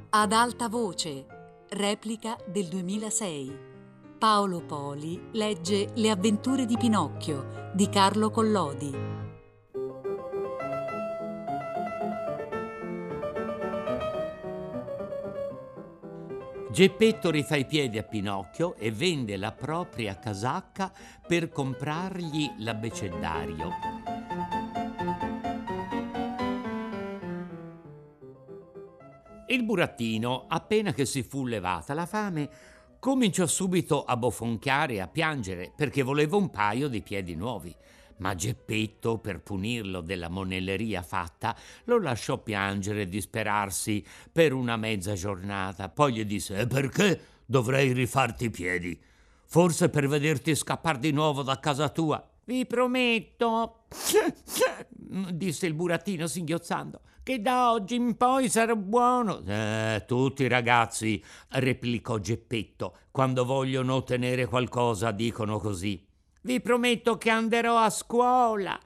Ad alta voce, replica del 2006. Paolo Poli legge Le avventure di Pinocchio di Carlo Collodi. Geppetto rifà i piedi a Pinocchio e vende la propria casacca per comprargli l'abbecedario. Il burattino, appena che si fu levata la fame, cominciò subito a bofonchiare e a piangere perché voleva un paio di piedi nuovi. Ma Geppetto, per punirlo della monelleria fatta, lo lasciò piangere e disperarsi per una mezza giornata. Poi gli disse: "E perché dovrei rifarti i piedi? Forse per vederti scappare di nuovo da casa tua." "Vi prometto", disse il burattino singhiozzando, "che da oggi in poi sarò buono." Tutti i ragazzi", replicò Geppetto, "quando vogliono ottenere qualcosa dicono così. Vi prometto che anderò a scuola,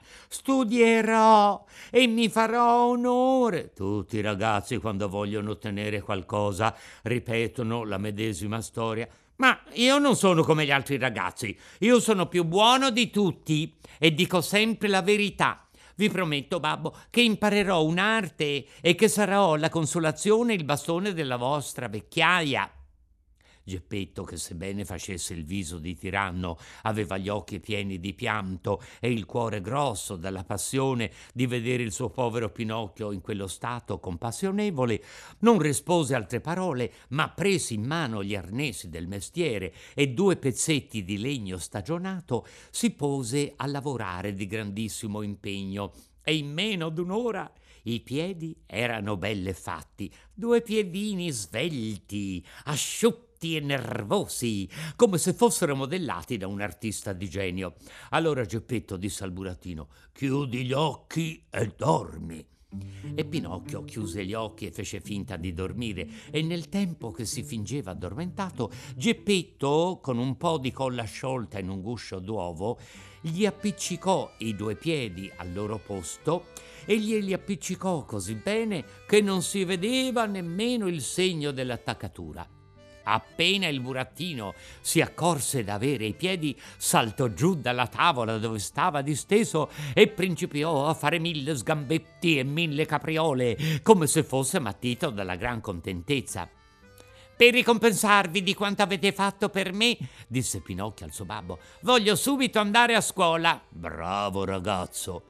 studierò e mi farò onore." Tutti i ragazzi quando vogliono ottenere qualcosa ripetono la medesima storia. "Ma io non sono come gli altri ragazzi, io sono più buono di tutti e dico sempre la verità. Vi prometto, babbo, che imparerò un'arte e che sarò la consolazione e il bastone della vostra vecchiaia." Geppetto, che sebbene facesse il viso di tiranno, aveva gli occhi pieni di pianto e il cuore grosso dalla passione di vedere il suo povero Pinocchio in quello stato compassionevole, non rispose altre parole, ma prese in mano gli arnesi del mestiere e 2 pezzetti di legno stagionato, si pose a lavorare di grandissimo impegno e in meno d'1 ora i piedi erano belle fatti, 2 piedini svelti, asciutti e nervosi, come se fossero modellati da un artista di genio. Allora Geppetto disse al burattino: "Chiudi gli occhi e dormi." E Pinocchio chiuse gli occhi e fece finta di dormire, e nel tempo che si fingeva addormentato, Geppetto, con un po' di colla sciolta in un guscio d'uovo, gli appiccicò i 2 piedi al loro posto e glieli appiccicò così bene che non si vedeva nemmeno il segno dell'attaccatura. Appena il burattino si accorse d'avere i piedi, saltò giù dalla tavola dove stava disteso e principiò a fare 1000 sgambetti e 1000 capriole, come se fosse ammattito dalla gran contentezza. "Per ricompensarvi di quanto avete fatto per me", disse Pinocchio al suo babbo, "voglio subito andare a scuola." "Bravo ragazzo!"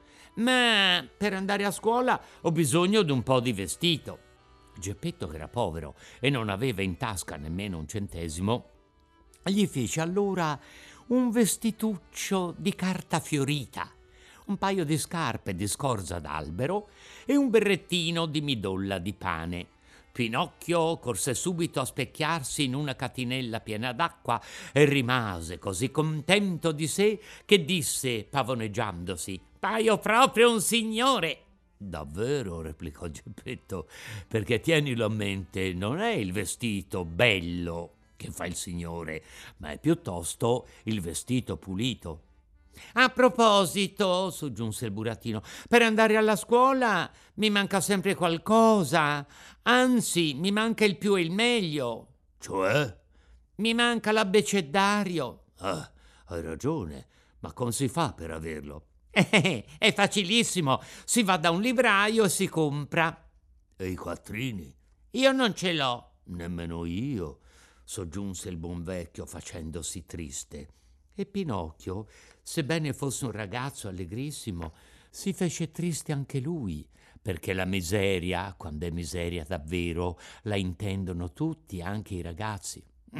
"Ma per andare a scuola ho bisogno di un po' di vestito." Geppetto, che era povero e non aveva in tasca nemmeno un centesimo, gli fece allora un vestituccio di carta fiorita, un paio di scarpe di scorza d'albero e un berrettino di midolla di pane. Pinocchio corse subito a specchiarsi in una catinella piena d'acqua e rimase così contento di sé che disse, pavoneggiandosi: "Paio proprio un signore." "Davvero?" replicò Geppetto, "perché tienilo a mente, non è il vestito bello che fa il signore, ma è piuttosto il vestito pulito." "A proposito", soggiunse il burattino, "per andare alla scuola mi manca sempre qualcosa, anzi mi manca il più e il meglio." "Cioè?" "Mi manca l'abbecedario." "Ah, hai ragione, ma come si fa per averlo?" È facilissimo, si va da un libraio e si compra." "E i quattrini?" "Io non ce l'ho." "Nemmeno io", soggiunse il buon vecchio facendosi triste. E Pinocchio, sebbene fosse un ragazzo allegrissimo, si fece triste anche lui, perché la miseria, quando è miseria davvero, la intendono tutti, anche i ragazzi.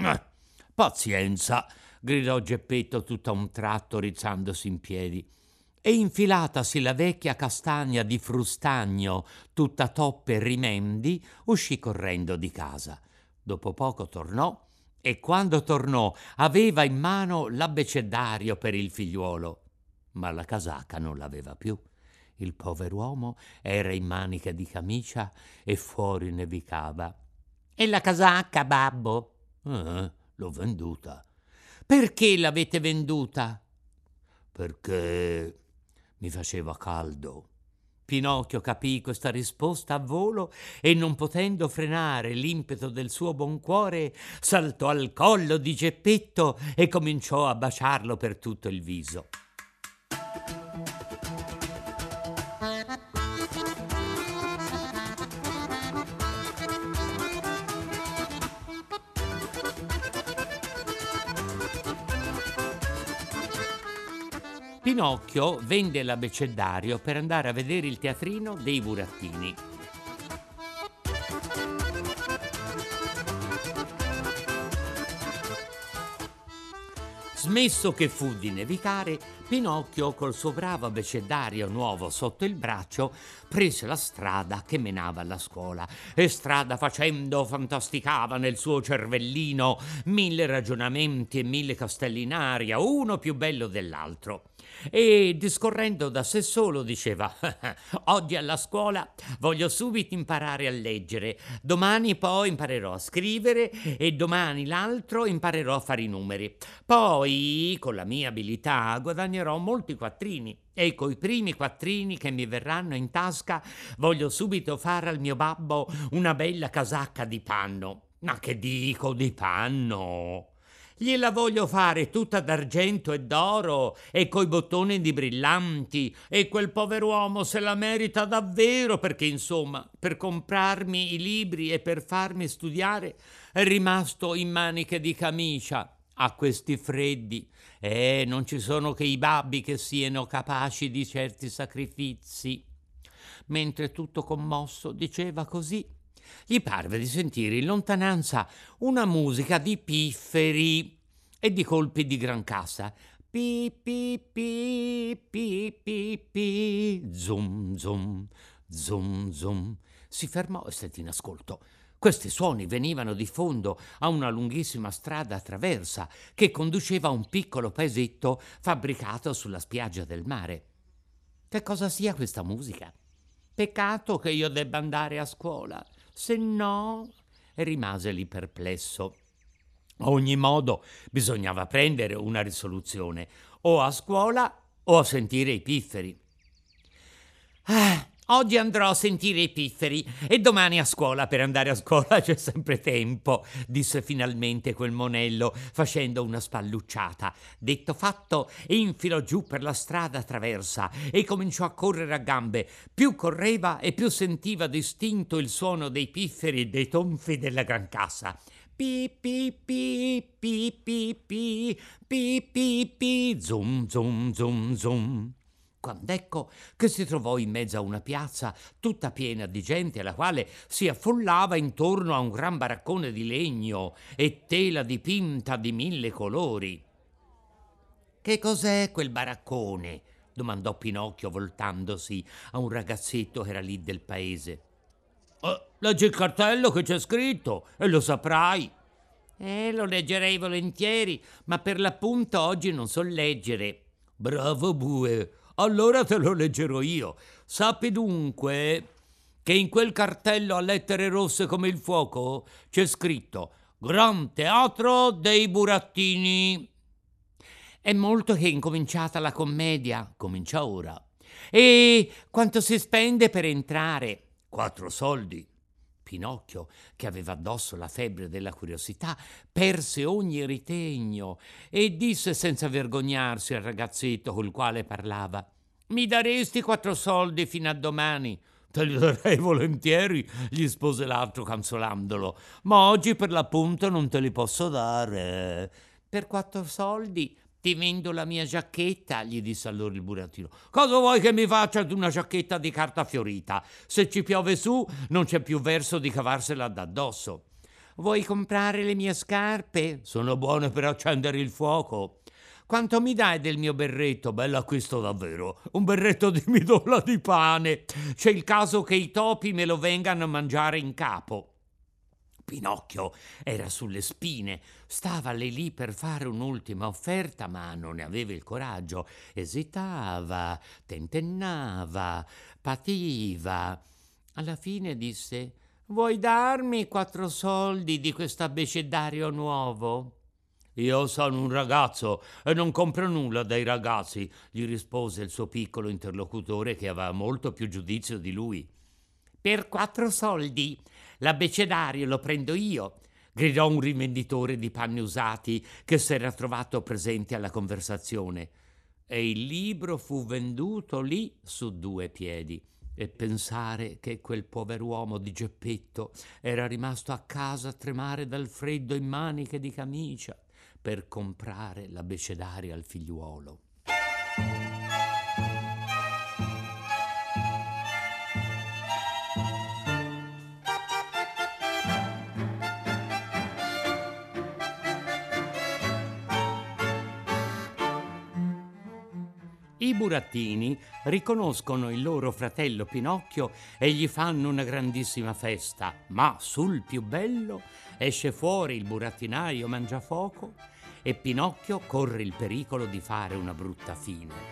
Pazienza!" gridò Geppetto tutto a un tratto, rizzandosi in piedi. E infilatasi la vecchia castagna di frustagno, tutta toppe e rimendi, uscì correndo di casa. Dopo poco tornò e quando tornò aveva in mano l'abbecedario per il figliuolo, ma la casacca non l'aveva più. Il pover'uomo era in maniche di camicia e fuori nevicava. "E la casacca, babbo?" L'ho venduta." "Perché l'avete venduta?" "Perché mi faceva caldo." Pinocchio capì questa risposta a volo e, non potendo frenare l'impeto del suo buon cuore, saltò al collo di Geppetto e cominciò a baciarlo per tutto il viso. Pinocchio vende l'abbecedario per andare a vedere il teatrino dei burattini. Smesso che fu di nevicare, Pinocchio, col suo bravo abbecedario nuovo sotto il braccio, prese la strada che menava alla scuola e, strada facendo, fantasticava nel suo cervellino 1000 ragionamenti e 1000 castelli in aria, uno più bello dell'altro. E, discorrendo da sé solo, diceva: oggi alla scuola voglio subito imparare a leggere, domani poi imparerò a scrivere e domani l'altro imparerò a fare i numeri. Poi, con la mia abilità, guadagnerò molti quattrini e coi primi quattrini che mi verranno in tasca voglio subito fare al mio babbo una bella casacca di panno. Ma che dico di panno? Gliela voglio fare tutta d'argento e d'oro e coi bottoni di brillanti, e quel pover'uomo se la merita davvero, perché insomma, per comprarmi i libri e per farmi studiare è rimasto in maniche di camicia. A questi freddi, non ci sono che i babbi che siano capaci di certi sacrifici. Mentre tutto commosso diceva così, gli parve di sentire in lontananza una musica di pifferi e di colpi di gran cassa. Pi pi pi pi pi pi, zum zum, zum zum. Si fermò e stette in ascolto. Questi suoni venivano di fondo a una lunghissima strada a traversa che conduceva a un piccolo paesetto fabbricato sulla spiaggia del mare. Che cosa sia questa musica? Peccato che io debba andare a scuola, se no... E rimase lì perplesso. A ogni modo bisognava prendere una risoluzione, o a scuola o a sentire i pifferi. Oggi andrò a sentire i pifferi e domani a scuola. Per andare a scuola c'è sempre tempo, disse finalmente quel monello, facendo una spallucciata. Detto fatto, infilò giù per la strada traversa e cominciò a correre a gambe. Più correva e più sentiva distinto il suono dei pifferi e dei tonfi della gran cassa. Pi pi pi pi pi pi pi pi pi, zum zum zum zum. Quand'ecco che si trovò in mezzo a una piazza tutta piena di gente, la quale si affollava intorno a un gran baraccone di legno e tela dipinta di 1000 colori. «Che cos'è quel baraccone?» domandò Pinocchio, voltandosi a un ragazzetto che era lì del paese. «Leggi il cartello che c'è scritto e lo saprai». Lo leggerei volentieri, ma per l'appunto oggi non so leggere». «Bravo bue, allora te lo leggerò io. Sappi dunque che in quel cartello a lettere rosse come il fuoco c'è scritto Gran Teatro dei Burattini. È molto che è incominciata la commedia, comincia ora. E quanto si spende per entrare? 4 soldi. Pinocchio, che aveva addosso la febbre della curiosità, perse ogni ritegno e disse senza vergognarsi al ragazzetto col quale parlava: «Mi daresti 4 soldi fino a domani?» «Te li darei volentieri», gli rispose l'altro canzolandolo, «ma oggi per l'appunto non te li posso dare». «Per 4 soldi ti vendo la mia giacchetta», gli disse allora il burattino. «Cosa vuoi che mi faccia di una giacchetta di carta fiorita? Se ci piove su non c'è più verso di cavarsela d'addosso». «Vuoi comprare le mie scarpe? Sono buone per accendere il fuoco». «Quanto mi dai del mio berretto?» «Bell'acquisto davvero, un berretto di midolla di pane. C'è il caso che i topi me lo vengano a mangiare in capo». Pinocchio era sulle spine, stava lì per fare un'ultima offerta, ma non ne aveva il coraggio. Esitava, tentennava, pativa. Alla fine disse: «Vuoi darmi 4 soldi di questo abbecedario nuovo?» Io sono un ragazzo e non compro nulla dai ragazzi, gli rispose il suo piccolo interlocutore che aveva molto più giudizio di lui. Per 4 soldi? L'abbecedario lo prendo io, gridò un rivenditore di panni usati che si era trovato presente alla conversazione. E il libro fu venduto lì su 2 piedi. E pensare che quel pover'uomo di Geppetto era rimasto a casa a tremare dal freddo in maniche di camicia per comprare l'abbecedario al figliuolo. I burattini riconoscono il loro fratello Pinocchio e gli fanno una grandissima festa, ma sul più bello esce fuori il burattinaio Mangiafoco e Pinocchio corre il pericolo di fare una brutta fine.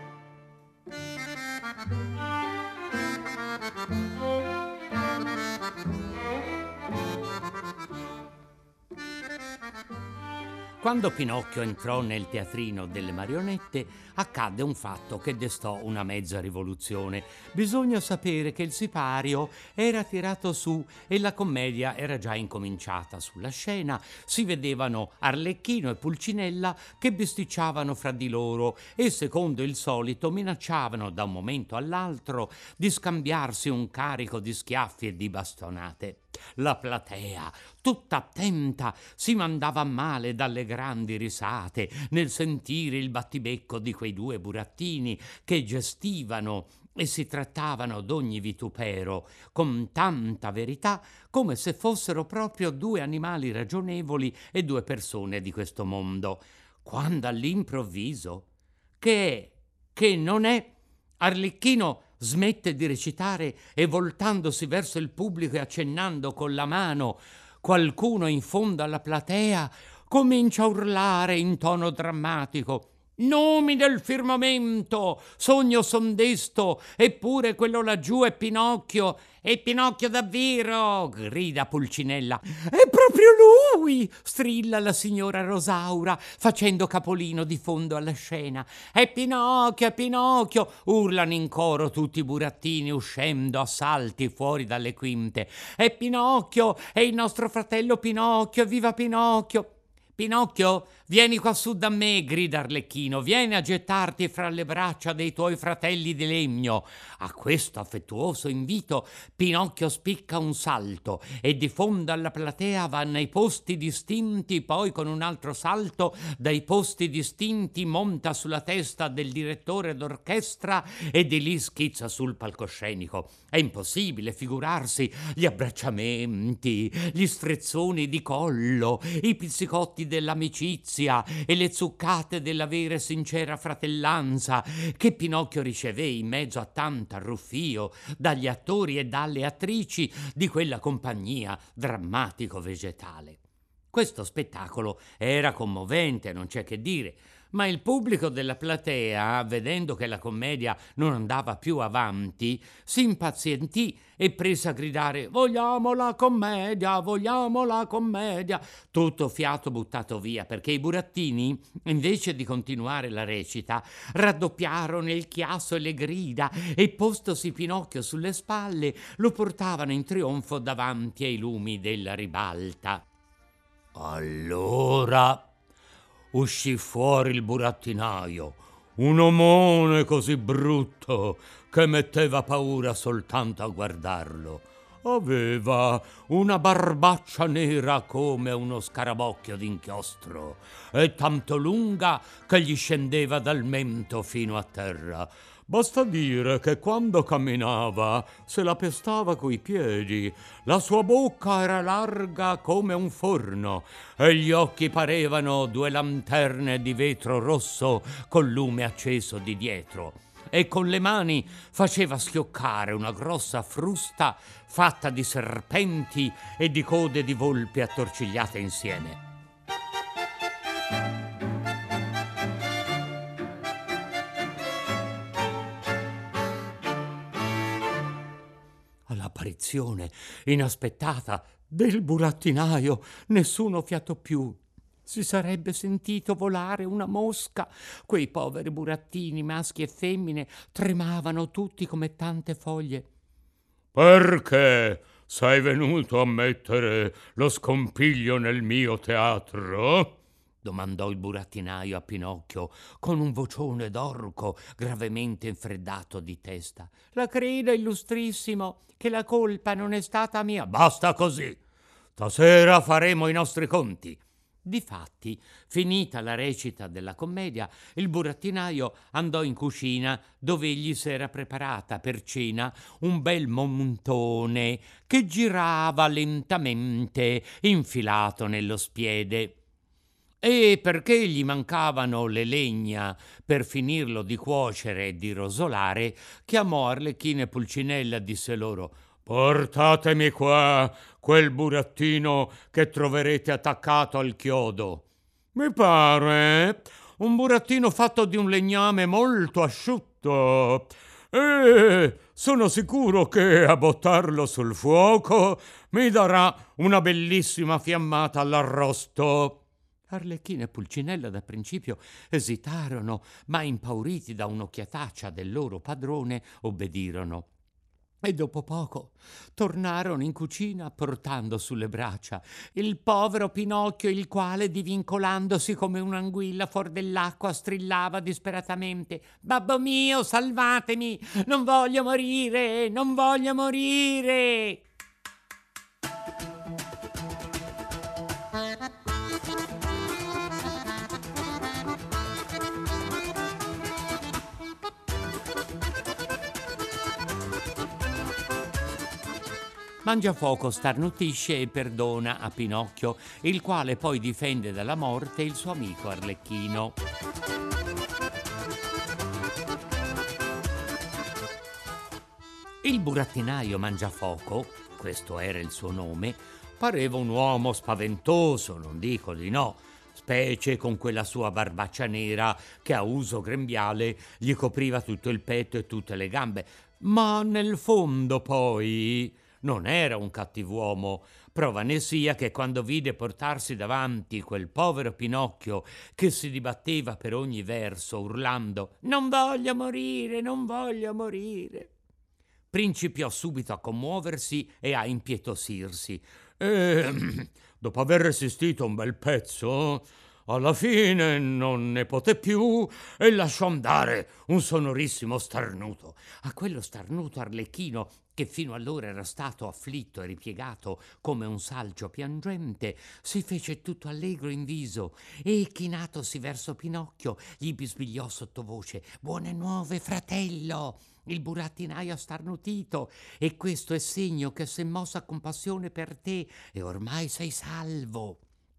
Quando Pinocchio entrò nel teatrino delle marionette, accadde un fatto che destò una mezza rivoluzione. Bisogna sapere che il sipario era tirato su e la commedia era già incominciata sulla scena. Si vedevano Arlecchino e Pulcinella che bisticciavano fra di loro e, secondo il solito, minacciavano da un momento all'altro di scambiarsi un carico di schiaffi e di bastonate. La platea, tutta attenta, si mandava a male dalle grandi risate nel sentire il battibecco di quei 2 burattini che gestivano e si trattavano d'ogni vitupero con tanta verità come se fossero proprio 2 animali ragionevoli e 2 persone di questo mondo. Quando all'improvviso, che non è, Arlecchino smette di recitare e voltandosi verso il pubblico e accennando con la mano qualcuno in fondo alla platea, comincia a urlare in tono drammatico: «Numi del firmamento, sogno son desto, eppure quello laggiù è Pinocchio, è Pinocchio davvero!» grida Pulcinella. «È proprio lui!» strilla la signora Rosaura, facendo capolino di fondo alla scena. È Pinocchio!» urlano in coro tutti i burattini uscendo a salti fuori dalle quinte. «È Pinocchio! È il nostro fratello Pinocchio! Viva Pinocchio!» «Pinocchio, vieni qua su da me», grida Arlecchino, «vieni a gettarti fra le braccia dei tuoi fratelli di legno». A questo affettuoso invito Pinocchio spicca un salto e di fondo alla platea va nei posti distinti, poi con un altro salto dai posti distinti monta sulla testa del direttore d'orchestra e di lì schizza sul palcoscenico. È impossibile figurarsi gli abbracciamenti, gli strizzoni di collo, i pizzicotti dell'amicizia e le zuccate della vera e sincera fratellanza che Pinocchio ricevé in mezzo a tanta arruffio dagli attori e dalle attrici di quella compagnia drammatico-vegetale. Questo spettacolo era commovente, non c'è che dire, ma il pubblico della platea, vedendo che la commedia non andava più avanti, si impazientì e prese a gridare: «Vogliamo la commedia, vogliamo la commedia!» Tutto fiato buttato via, perché i burattini, invece di continuare la recita, raddoppiarono il chiasso e le grida e, postosi Pinocchio sulle spalle, lo portavano in trionfo davanti ai lumi della ribalta. Allora uscì fuori il burattinaio, un omone così brutto che metteva paura soltanto a guardarlo. Aveva una barbaccia nera come uno scarabocchio d'inchiostro e tanto lunga che gli scendeva dal mento fino a terra. Basta dire che quando camminava se la pestava coi piedi, la sua bocca era larga come un forno e gli occhi parevano 2 lanterne di vetro rosso col lume acceso di dietro, e con le mani faceva schioccare una grossa frusta fatta di serpenti e di code di volpi attorcigliate insieme. All'apparizione inaspettata del burattinaio nessuno fiatò più. si sarebbe sentito volare una mosca. Quei poveri burattini, maschi e femmine, tremavano tutti come tante foglie. «Perché sei venuto a mettere lo scompiglio nel mio teatro?» domandò il burattinaio a Pinocchio con un vocione d'orco gravemente infreddato di testa. «La creda, illustrissimo, che la colpa non è stata mia». «Basta così! Stasera faremo i nostri conti». Difatti, finita la recita della commedia, il burattinaio andò in cucina dove egli s'era preparata per cena un bel montone che girava lentamente infilato nello spiede. E perché gli mancavano le legna per finirlo di cuocere e di rosolare, chiamò Arlecchino e Pulcinella e disse loro: «Portatemi qua quel burattino che troverete attaccato al chiodo». «Mi pare un burattino fatto di un legname molto asciutto, e sono sicuro che a buttarlo sul fuoco mi darà una bellissima fiammata all'arrosto». Arlecchino e Pulcinella da principio esitarono, ma impauriti da un'occhiataccia del loro padrone obbedirono. E dopo poco tornarono in cucina portando sulle braccia il povero Pinocchio, il quale, divincolandosi come un'anguilla fuor dell'acqua, strillava disperatamente: «Babbo mio, salvatemi! Non voglio morire! Non voglio morire!» Mangiafoco starnutisce e perdona a Pinocchio, il quale poi difende dalla morte il suo amico Arlecchino. Il burattinaio Mangiafoco, questo era il suo nome, pareva un uomo spaventoso, non dico di no, specie con quella sua barbaccia nera che a uso grembiale gli copriva tutto il petto e tutte le gambe, ma nel fondo poi non era un cattiv'uomo. Prova ne sia che quando vide portarsi davanti quel povero Pinocchio che si dibatteva per ogni verso urlando «Non voglio morire, non voglio morire», principiò subito a commuoversi e a impietosirsi. E dopo aver resistito un bel pezzo, alla fine non ne poté più e lasciò andare un sonorissimo starnuto. A quello starnuto Arlecchino, che fino allora era stato afflitto e ripiegato come un salcio piangente, si fece tutto allegro in viso e, chinatosi verso Pinocchio, gli bisbigliò sottovoce: «Buone nuove, fratello! Il burattinaio ha starnutito e questo è segno che s'è mossa compassione per te e ormai sei salvo».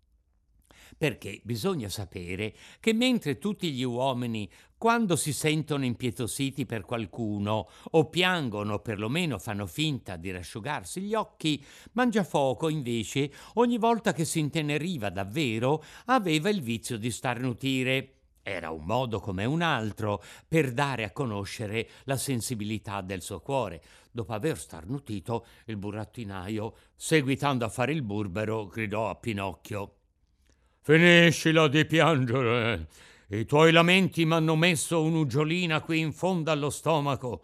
Perché bisogna sapere che mentre tutti gli uomini, quando si sentono impietositi per qualcuno o piangono o perlomeno fanno finta di rasciugarsi gli occhi, Mangiafoco invece, ogni volta che si inteneriva davvero, aveva il vizio di starnutire. Era un modo come un altro per dare a conoscere la sensibilità del suo cuore. Dopo aver starnutito, il burattinaio, seguitando a fare il burbero, gridò a Pinocchio: «Finiscila di piangere! I tuoi lamenti m'hanno messo un'uggiolina qui in fondo allo stomaco.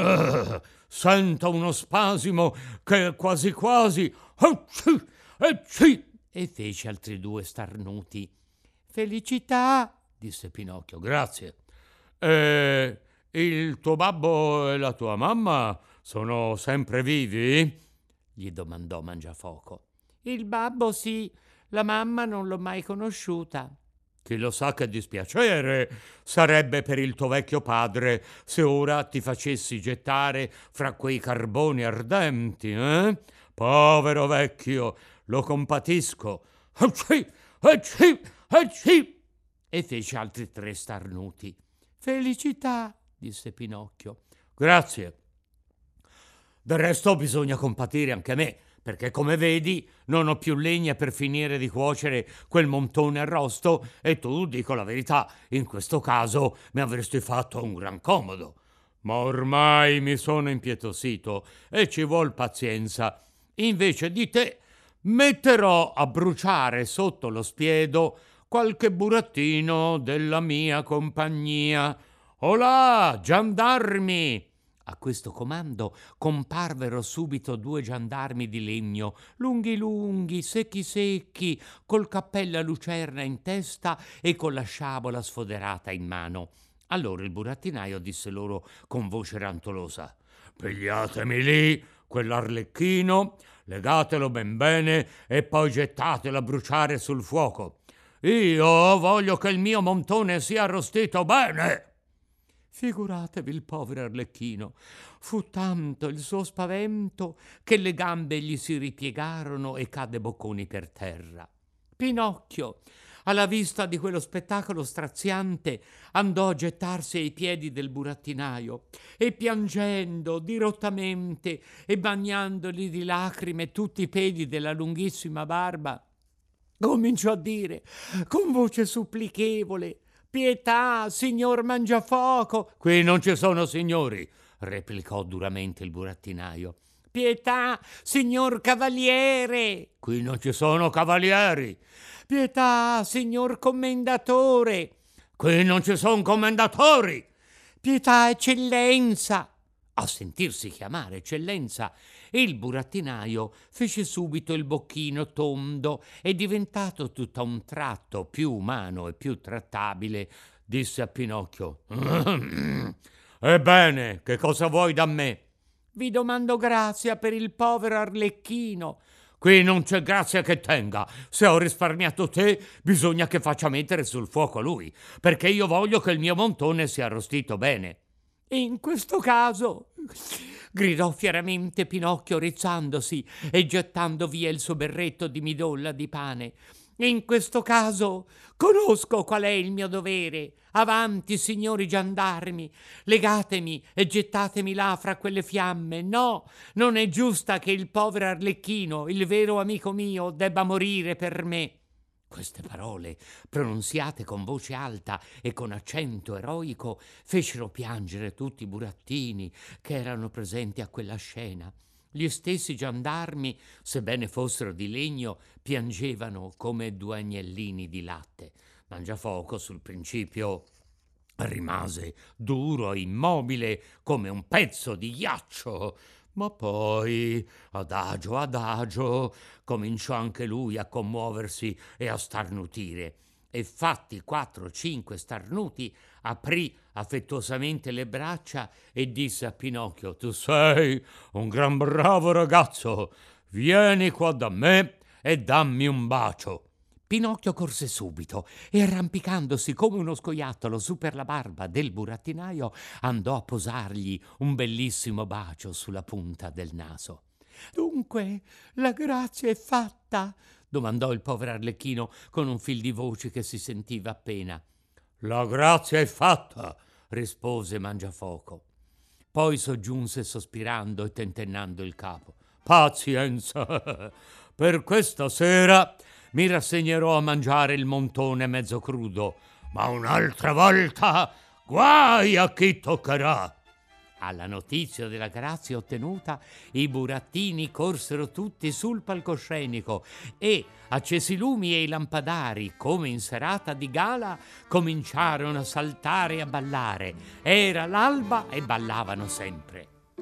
Sento uno spasimo che quasi quasi... Acci! Acci!» E fece altri 2 starnuti. «Felicità!» disse Pinocchio. «Grazie. E il tuo babbo e la tua mamma sono sempre vivi?» gli domandò Mangiafoco. «Il babbo sì, la mamma non l'ho mai conosciuta». «Chi lo sa che dispiacere sarebbe per il tuo vecchio padre se ora ti facessi gettare fra quei carboni ardenti, eh? Povero vecchio, lo compatisco». «Acci! Acci! Acci!» e fece altri 3 starnuti. «Felicità!» disse Pinocchio. «Grazie. Del resto bisogna compatire anche me, perché come vedi non ho più legna per finire di cuocere quel montone arrosto e tu, dico la verità, in questo caso mi avresti fatto un gran comodo. Ma ormai mi sono impietosito e ci vuol pazienza. Invece di te metterò a bruciare sotto lo spiedo qualche burattino della mia compagnia. Olà, giandarmi! A questo comando comparvero subito 2 giandarmi di legno, lunghi lunghi, secchi secchi, col cappello a lucerna in testa e con la sciabola sfoderata in mano. Allora il burattinaio disse loro con voce rantolosa: «Pigliatemi lì quell'arlecchino, legatelo ben bene e poi gettatelo a bruciare sul fuoco. Io voglio che il mio montone sia arrostito bene!» Figuratevi il povero Arlecchino. Fu tanto il suo spavento che le gambe gli si ripiegarono e cadde bocconi per terra. Pinocchio, alla vista di quello spettacolo straziante, andò a gettarsi ai piedi del burattinaio e piangendo dirottamente e bagnandoli di lacrime tutti i peli della lunghissima barba, cominciò a dire con voce supplichevole: «Pietà, signor Mangiafoco!» «Qui non ci sono signori», replicò duramente il burattinaio. «Pietà, signor Cavaliere!» «Qui non ci sono cavalieri!» «Pietà, signor Commendatore!» «Qui non ci sono commendatori!» «Pietà, eccellenza!» A sentirsi chiamare eccellenza, il burattinaio fece subito il bocchino tondo e, diventato tutto a un tratto più umano e più trattabile, disse a Pinocchio: «Ebbene, che cosa vuoi da me?» «Vi domando grazia per il povero Arlecchino». «Qui non c'è grazia che tenga. Se ho risparmiato te, bisogna che faccia mettere sul fuoco lui, perché io voglio che il mio montone sia arrostito bene». «In questo caso», gridò fieramente Pinocchio rizzandosi e gettando via il suo berretto di midolla di pane, «in questo caso conosco qual è il mio dovere. Avanti, signori giandarmi, legatemi e gettatemi là fra quelle fiamme. No, non è giusta che il povero Arlecchino, il vero amico mio, debba morire per me». Queste parole, pronunziate con voce alta e con accento eroico, fecero piangere tutti i burattini che erano presenti a quella scena. Gli stessi giandarmi, sebbene fossero di legno, piangevano come 2 agnellini di latte. Mangiafoco sul principio rimase duro e immobile come un pezzo di ghiaccio, ma poi, adagio, cominciò anche lui a commuoversi e a starnutire, e fatti 4 o 5 starnuti, aprì affettuosamente le braccia e disse a Pinocchio: «Tu sei un gran bravo ragazzo, vieni qua da me e dammi un bacio». Pinocchio corse subito e, arrampicandosi come uno scoiattolo su per la barba del burattinaio, andò a posargli un bellissimo bacio sulla punta del naso. «Dunque la grazia è fatta?» domandò il povero Arlecchino con un fil di voce che si sentiva appena. «La grazia è fatta», rispose Mangiafoco. Poi soggiunse sospirando e tentennando il capo: «Pazienza, per questa sera mi rassegnerò a mangiare il montone mezzo crudo, ma un'altra volta guai a chi toccherà». Alla notizia della grazia ottenuta, i burattini corsero tutti sul palcoscenico e, accesi i lumi e i lampadari come in serata di gala, cominciarono a saltare e a ballare. Era l'alba e ballavano sempre.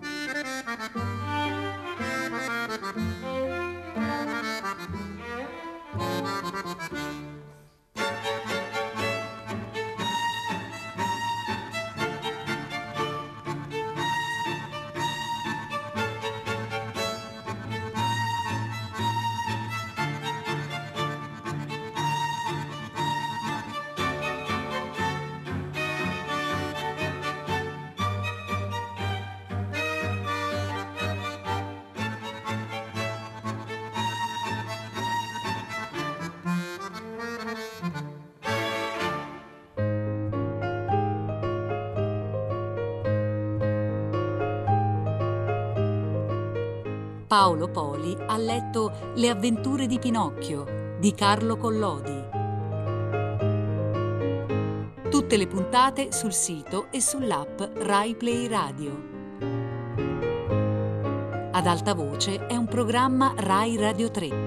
Paolo Poli ha letto Le avventure di Pinocchio di Carlo Collodi. Tutte le puntate sul sito e sull'app Rai Play Radio. Ad alta voce è un programma Rai Radio 3.